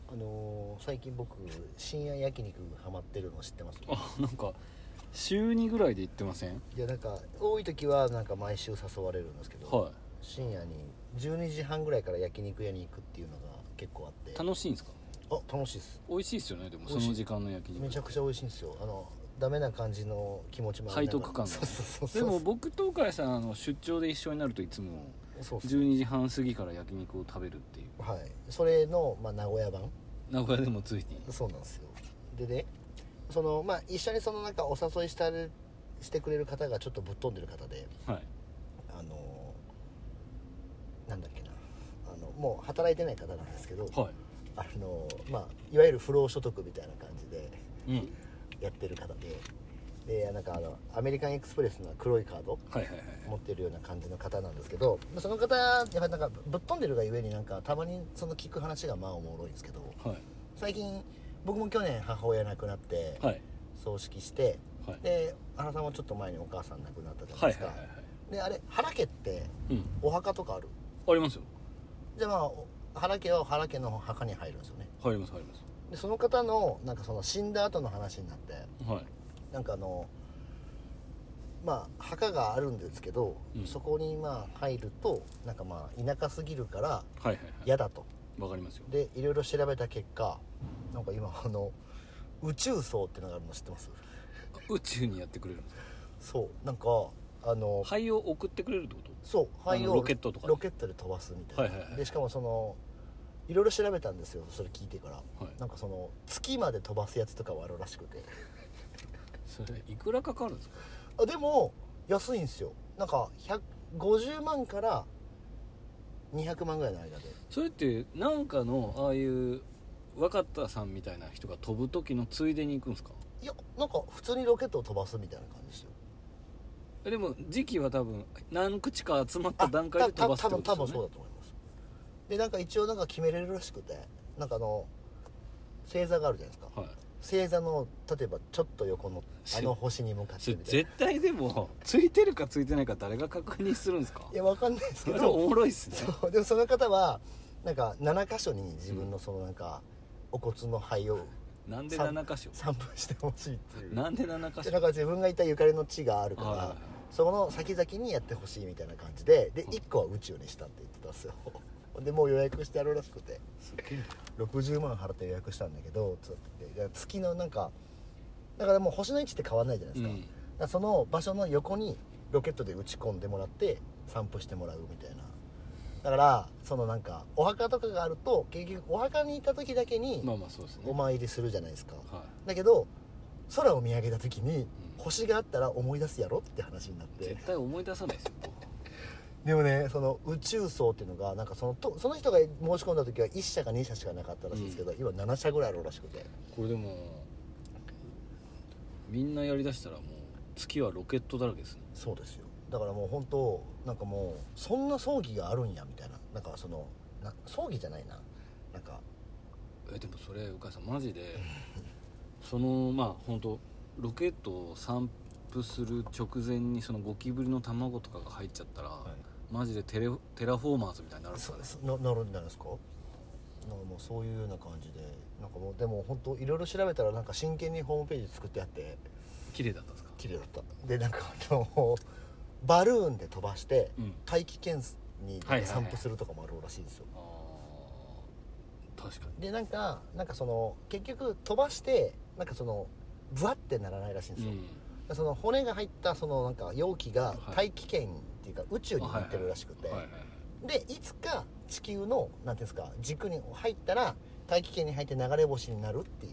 最近僕深夜焼肉ハマってるの知ってます？ なんか週2ぐらいで行ってません？ いやなんか多い時はなんか毎週誘われるんですけど、 はい。 深夜に12時半ぐらいから焼肉屋に行くっていうのが結構あって。 楽しいんですか？ 楽しいです。 美味しいですよね。でもその時間の焼肉めちゃくちゃ美味しいんですよ。ダメな感じの気持ちもあ背りながら徳感が、 そうでも僕と岡谷さん出張で一緒になるといつもそう 12時半過ぎから焼肉を食べるっていう。 はい、それの、名古屋版。 名古屋でもついていい。 そうなんですよ。でね、一緒になんかお誘いしてくれる方がちょっとぶっ飛んでる方で、 はい。 なんだっけな、もう働いてない方なんですけど、 はい。 いわゆる不労所得みたいな感じでうんやってる方で、なんかアメリカンエクスプレスの黒いカードはいはいはい持ってるような感じの方なんですけど、その方やっぱりなんかぶっ飛んでるがゆえになんかたまに聞く話がおもろいんですけど、 はい最近僕も去年母親亡くなってはい葬式して、 はいで原さんもちょっと前にお母さん亡くなったじゃないですか、 はいはいはいはい。 であれ原家ってうんお墓とかある？ ありますよ。 じゃあ原家は原家の墓に入るんですよね。 入ります入ります。 でその方のなんか死んだ後の話になって、 はい。 なんか墓があるんですけど、 うんそこに入るとなんか田舎すぎるからはいはいはい。 嫌だと。 わかりますよ。 でいろいろ調べた結果、なんか今宇宙葬ってのがあるの知ってます？ 宇宙にやってくれるんですか？ そうなんか灰を送ってくれるってこと？ そう灰をロケットとかでロケットで飛ばすみたいな、 はいはいはい。 でしかもいろいろ調べたんですよ、それ聞いてから、 はいなんか月まで飛ばすやつとかはあるらしくて、 それいくらかかるんですか？ でも安いんですよ。なんか150万から200万ぐらいの間で。 それってなんかのああいう若田さんみたいな人が飛ぶ時のついでに行くんですか？ いやなんか普通にロケットを飛ばすみたいな感じですよ。 でも時期は多分何口か集まった段階で飛ばすってことですよね。 多分そうだと思います。でなんか一応なんか決めれるらしくて、なんか星座があるじゃないですか、 はい。 星座の例えばちょっと横の星に向かっそれてみたいな。 絶対でもついてるかついてないか誰が確認するんですか？ いやわかんないですそれけど、 おもろいっすね。 そうでもその方はなんか7箇所に自分のなんかお骨の灰をなんで7箇所？ 散布してほしいっていう。 なんで7箇所？ でなんか自分がいたゆかりの地があるから、 はいはいはい、 そこの先々にやってほしいみたいな感じで、1個は宇宙にしたって言ってたんですよ。でもう予約してあるらしくて、 すげえ 60万払って予約したんだけど、月のなんかだからもう星の位置って変わんないじゃないですか、 うんだからその場所の横にロケットで打ち込んでもらって散布してもらうみたいな。だからなんかお墓とかがあると結局お墓に行った時だけにまあまあそうですね。 お参りするじゃないですか、 はだけど空を見上げた時にん星があったら思い出すやろって話になっい。 て、 絶対思い出さないですよ。 でもね宇宙葬っていうのがなんかその人が申し込んだ時は1社か2社しかなかったらしいんですけど、今7社ぐらいあるらしくて。 これでもみんなやりだしたらもう月はロケットだらけですね。 そうですよ。だからもう本当なんかもうそんな葬儀があるんやみたいな、なんか葬儀じゃないな、なんかでもそれお母さんマジで本当ロケットを散布する直前にゴキブリの卵とかが入っちゃったら、マジでテラフォーマーズみたいになるんですかね。 なるんじゃないですか。なんかもうそういうような感じで、なんかもうでも本当いろいろ調べたらなんか真剣にホームページ作ってあって、 綺麗だったんですか？ 綺麗だった。でなんかバルーンで飛ばしてうん大気圏にはいはいはい散布するとかもあるらしいんですよ。 確かに。 でなんか結局飛ばしてなんかブワってならないらしいんですよ、骨が入ったなんか容器が大気圏っていうか宇宙に行ってるらしくて、でいつか地球のなんていうんですか軸に入ったら大気圏に入って流れ星になるっていう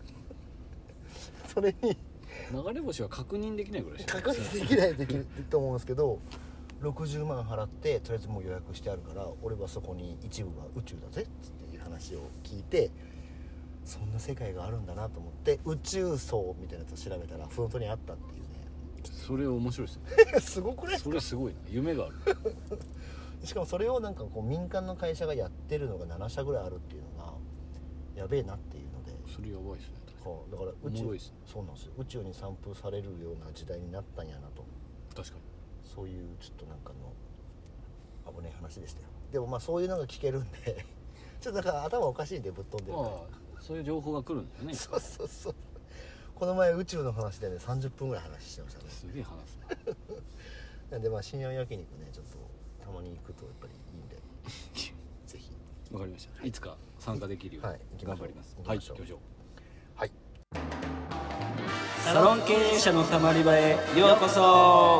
それに流れ星は確認できないぐらいしか確認できないできると思うんですけど、60万払ってとりあえずもう予約してあるから、俺はそこに一部が宇宙だぜっていう話を聞いて、そんな世界があるんだなと思って宇宙葬みたいなやつを調べたらフロントにあったっていうね。 それ面白いですね。 すごくないですか？ それすごいな、夢がある。 しかもそれをなんか民間の会社がやってるのが7社ぐらいあるっていうのがやべえなっていうので、 それやばいですね。 だからおもろいですね。 そうなんですよ。宇宙に散布されるような時代になったんやなと。 確かに。 そういうちょっとなんか危ない話でしたよ。でもそういうのが聞けるんでちょっとなんか頭おかしいんでぶっ飛んでるから、 そういう情報が来るんだよね。 そうそうそう。この前宇宙の話でね30分ぐらい話してましたね。 すげえ話すなんで深夜焼肉ねちょっとたまに行くとやっぱりいいんでぜひ。 わかりました、いつか参加できるように頑張ります。はい、行きましょう。 はい。 サロン経営者のたまり場へようこそ。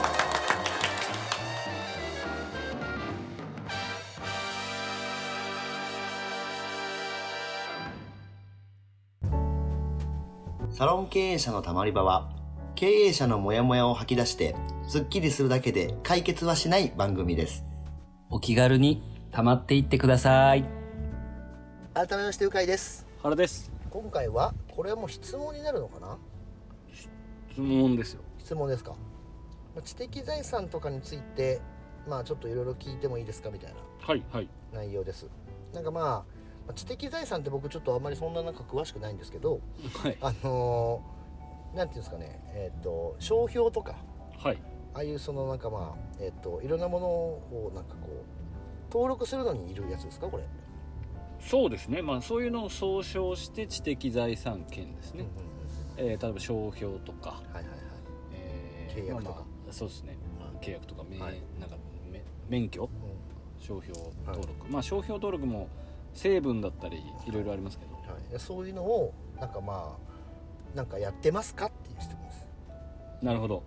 サロン経営者のたまり場は経営者のモヤモヤを吐き出してスッキリするだけで解決はしない番組です。 お気軽にたまっていってください。 改めましてうかいです。 原です。 今回はこれはもう質問になるのかな。 質問ですよ。 質問ですか。知的財産とかについてちょっといろいろ聞いてもいいですかみたいな内容です。なんか知的財産って僕ちょっとあんまりそんな詳しくないんですけど、 はい、 なんていうんですかね、商標とか、 はい、 ああいうそのいろんなものを登録するのにいるやつですかこれ。 そうですね、そういうのを総称して知的財産権ですね。例えば商標とか、 契約とか、 そうですね、契約とか、免許、商標登録、商標登録も成分だったりいろいろありますけど、 そういうのをなんかやってますかっていう質問です。 なるほど、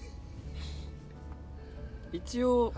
一応、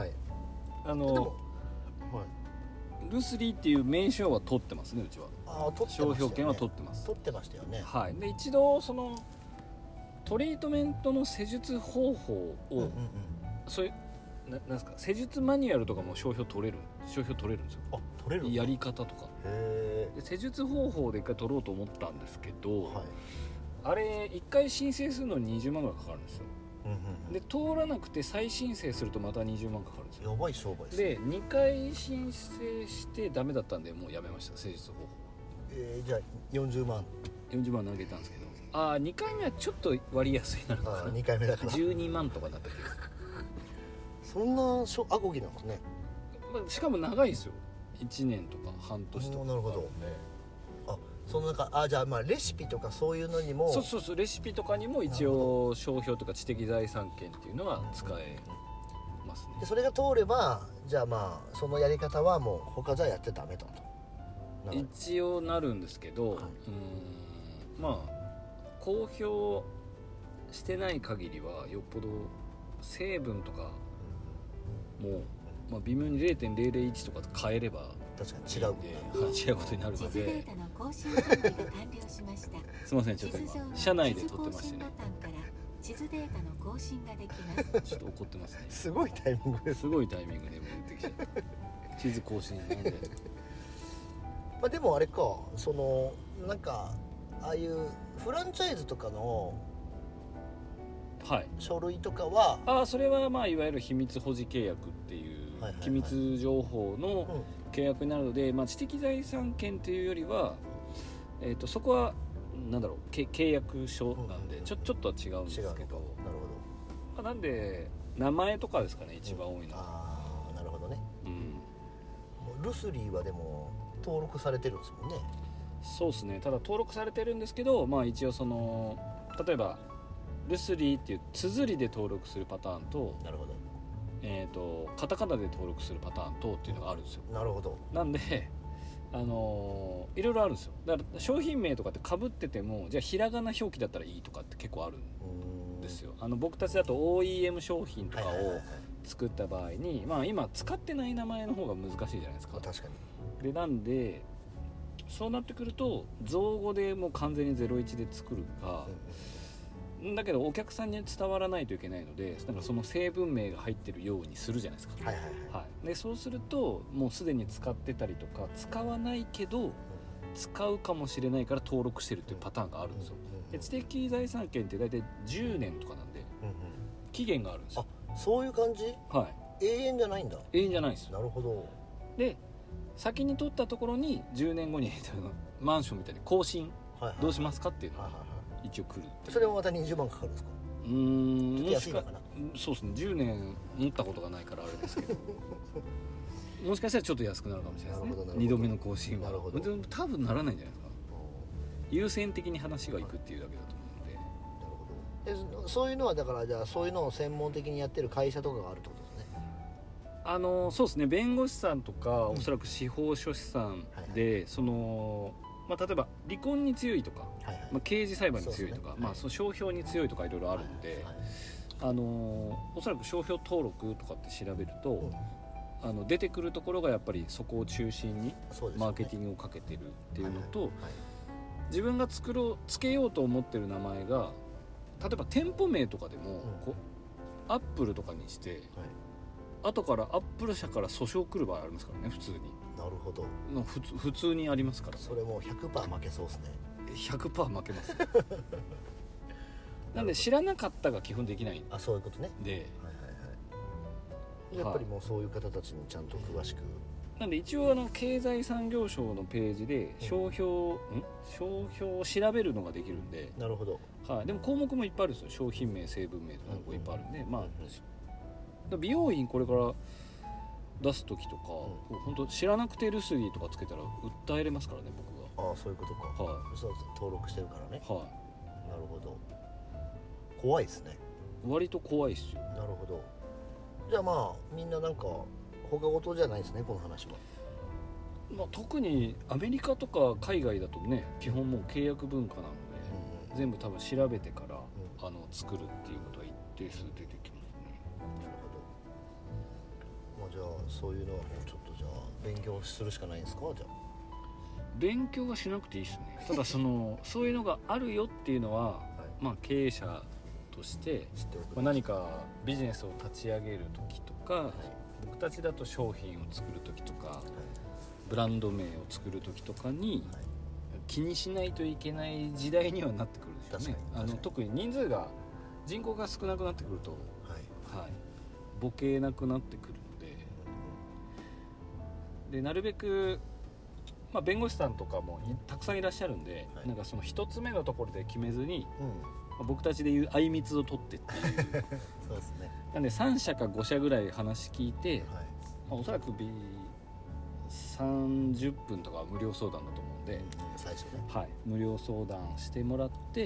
ルスリーっていう名称は取ってますね、うちは。商標権は取ってます。 取ってましたよね。 はい。で一度そのトリートメントの施術方法を、そういうなんですか、施術マニュアルとかも商標取れるんですよ。 取れる。 やり方とか。で施術方法で一回取ろうと思ったんですけど、あれ一回申請するのに20万ぐらいかかるんですよ。で通らなくて再申請するとまた20万かかるんですよ。 やばい商売です。 で2回申請してダメだったんでもうやめました、施術方法。 じゃあ40万投げたんですけど、2回目はちょっと割安になるのかな。 2回目だから 12万とかだった気がする。 そんなアコギなんですね。 しかも長いですよ、1年とか半年とか。 なるほど。そのじゃあレシピとかそういうのにも。 そうレシピとかにも一応商標とか知的財産権っていうのは使えますね。 でそれが通ればじゃあそのやり方はもう他じゃやってダメだと一応なるんですけど、公表してない限りはよっぽど成分とかも微妙に 0.001 とか変えれば確かに違うことになるので。すいません、ちょっと今社内で撮ってましてね、 地図データの更新ができます。 ちょっと怒ってますね。 すごいタイミングです。 すごいタイミングで持ってきちゃった地図更新なんででもあれか、ああいうフランチャイズとかの書類とかは、 それはいわゆる秘密保持契約っていう機密情報の契約になるので、知的財産権というよりは、そこは契約書なんで、ちょっとは違うんですけど、 なるほど。 なんで名前とかですかね、一番多いのは。なるほどね。ルスリーはでも登録されてるんですもんね。 そうですね。ただ登録されてるんですけど、一応例えばルスリーっていう綴りで登録するパターンと、 なるほど。 カタカナで登録するパターンとっていうのがあるんですよ。 なるほど。 なんでいろいろあるんですよ。だから商品名とかって被ってても、じゃあひらがな表記だったらいいとかって結構あるんですよ。僕たちだと OEM 商品とかを作った場合に、今使ってない名前の方が難しいじゃないですか。 確かに。 でなんでそうなってくると造語でもう完全に01で作るか、だけどお客さんに伝わらないといけないので、その成分名が入ってるようにするじゃないですか。でそうするともうすでに使ってたりとか、使わないけど使うかもしれないから登録してるっていうパターンがあるんですよ。で知的財産権って大体10年とかなんで、期限があるんですよ。 そういう感じ。永遠じゃないんだ。 永遠じゃないですよ。 なるほど。 で先に取ったところに10年後にマンションみたいに更新どうしますかっていうのが一応来る。 それもまた20万かかるんですか。ちょっと安いのかな。 そうですね、10年持ったことがないからあれですけどもしかしたらちょっと安くなるかもしれないですね。2度目の更新は。でも多分ならないんじゃないですか。優先的に話がいくっていうだけだと思うので。 なるほど。そういうのはだからじゃあそういうのを専門的にやってる会社とかがあるってことですね。 そうですね。弁護士さんとか、おそらく司法書士さんで、その例えば離婚に強いとか、刑事裁判に強いとか、その商標に強いとかいろいろあるので、おそらく商標登録とかって調べると、出てくるところがやっぱりそこを中心にマーケティングをかけてるっていうのと、自分がつけようと思ってる名前が例えば店舗名とかでも、アップルとかにして、後からアップル社から訴訟来る場合ありますからね、普通に。 なるほど。 普通にありますから、ね、 それもう 100% 負けそうですね。 100% 負けます、ね、なんで知らなかったが基本できないんで。 そういうことね。 で、 やっぱりもうそういう方たちにちゃんと詳しく、 なんで一応経済産業省のページで商標を調べるのができるんで。 なるほど。 でも項目もいっぱいあるんですよ。商品名、成分名とかいっぱいあるんで、美容品これから出す時とか、本当知らなくてルスリーとかつけたら訴えれますからね、僕が。 そういうことか。そう登録してるからね。なるほど。怖いですね。 割と怖いっすよ。 なるほど。じゃあみんななんか他事じゃないですね、この話は。 特にアメリカとか海外だとね、基本もう契約文化なので、全部多分調べてから、作るっていうことは一定数出てきますね。 なるほど。じゃあそういうのはもうちょっとじゃあ勉強するしかないんですか。じゃあ勉強はしなくていいですね。ただそういうのがあるよっていうのは、経営者として何かビジネスを立ち上げる時とか、僕たちだと商品を作る時とか、ブランド名を作る時とかに気にしないといけない時代にはなってくるでしょうね。特に人口が少なくなってくると、ボケなくなってくるので、なるべく、弁護士さんとかもたくさんいらっしゃるんで、なんかその一つ目のところで決めずに、僕たちでいうあいみつを取ってっていうそうですね。 なんで3社か5社ぐらい話聞いて、おそらく30分とか無料相談だと思うんで、 最初ね、 無料相談してもらって、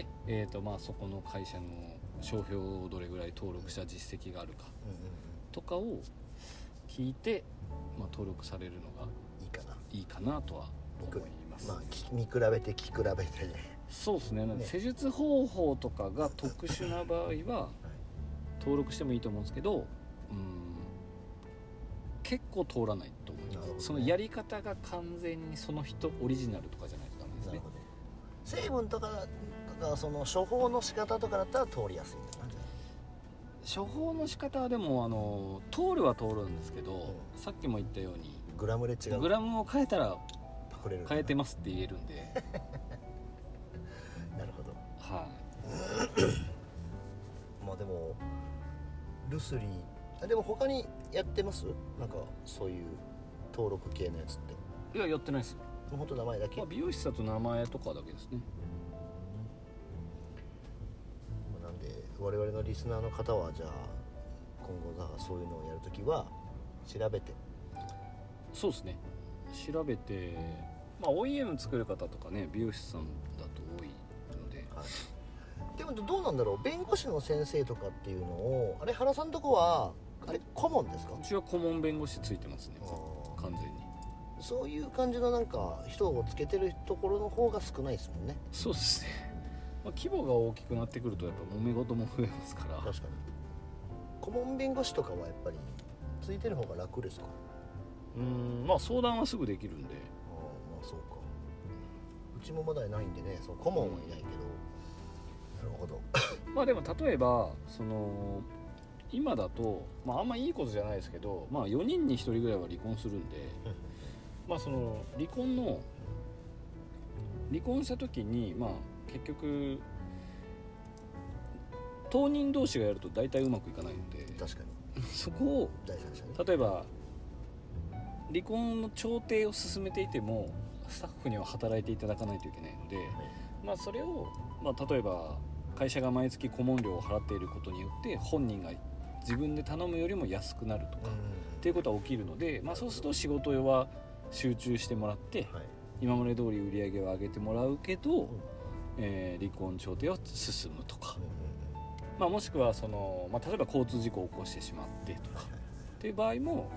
そこの会社の商標をどれぐらい登録した実績があるかとかを聞いて、登録されるのがいいかなとは思います。 見比べて聞き比べてね。 そうですね。施術方法とかが特殊な場合は登録してもいいと思うんですけど、結構通らないと思います。そのやり方が完全にその人オリジナルとかじゃないとダメですね。なるほど。 成分とかその処方の仕方とかだったら通りやすいんじゃない？ 処方の仕方はでも通るは通るんですけど、さっきも言ったようにグラムで違う。 グラムを変えたら変えてますって言えるんで。 なるほど。 はいでもルスリーでも他にやってます？なんかそういう登録系のやつって。 いや、やってないですよ。 本当名前だけ。 美容師さんと名前とかだけですね。 なんで我々のリスナーの方はじゃあ今後そういうのをやるときは調べて。 そうですね。調べて、OEM 作る方とかね、美容師さんだと多いので。 でもどうなんだろう、弁護士の先生とかっていうのを原さんのとこは顧問ですか？ うちは顧問弁護士ついてますね、完全に。 そういう感じのなんか人をつけてるところの方が少ないですもんね。 そうですね。規模が大きくなってくるとやっぱ揉め事も増えますから。 確かに。顧問弁護士とかはやっぱりついてる方が楽ですか？ 相談はすぐできるんで。 そうか。うちもまだないんでね、その顧問はいないけど。なるほど。 でも例えば今だと、あんまいいことじゃないですけど、4人に1人ぐらいは離婚するんで、その離婚した時に結局当人同士がやると大体うまくいかないので、 確かにそこを第三者ね。 例えば離婚の調停を進めていてもスタッフには働いていただかないといけないので、それを例えば会社が毎月顧問料を払っていることによって本人が自分で頼むよりも安くなるとかってっていうことは起きるので、そうすると仕事は集中してもらって、今まで通り売り上げを上げてもらうけど、離婚調停を進むとか、もしくはその、例えば交通事故を起こしてしまってとか、っていう場合も、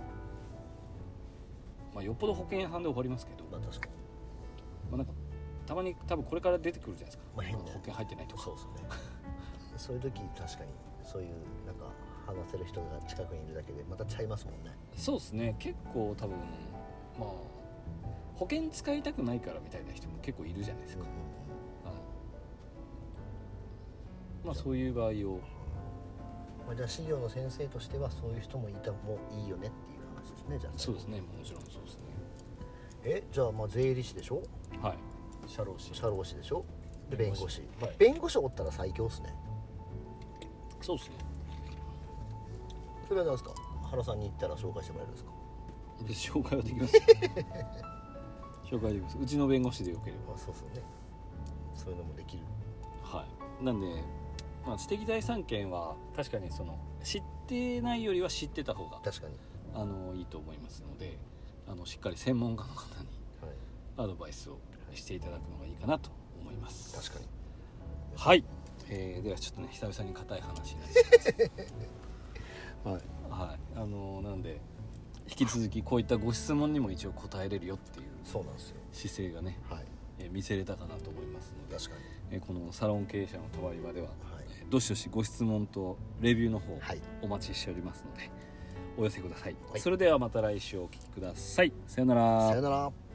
よっぽど保険屋さんで起こりますけど、 確かに、 なんかたまに多分これから出てくるじゃないですか、 変な保険入ってないとか。 そうですねそういう時確かにそういうなんか話せる人が近くにいるだけでまたちゃいますもんね。 そうですね、結構多分保険使いたくないからみたいな人も結構いるじゃないですか、そういう場合を、 じゃあ資料の先生としてはそういう人もいたもいいよねっていう話ですね。じゃあそうですね、もちろんそうですね。 じゃあ税理士でしょ、 はい、社労士でしょ、で弁護士、 はい、 弁護士おったら最強っすね。 そうですね。 それは何ですか、原さんに行ったら紹介してもらえるんですか。 紹介はできます紹介できます。うちの弁護士でよければ。 そうですよね、そういうのもできる。 はい、なんで、知的財産権は確かにその知ってないよりは知ってた方が確かにいいと思いますので、しっかり専門家の方にアドバイスをしていただくのがいいかなと思います。 確かに。 はい、ではちょっとね久々に硬い話になりますはい、なんで引き続きこういったご質問にも一応答えれるよっていうそうなんですよ、 姿勢がね、見せれたかなと思いますので、 確かに、 このサロン経営者のとわり場では、どしどしご質問とレビューの方、お待ちしておりますのでお寄せください、それではまた来週お聞きください。さよなら。 さよなら。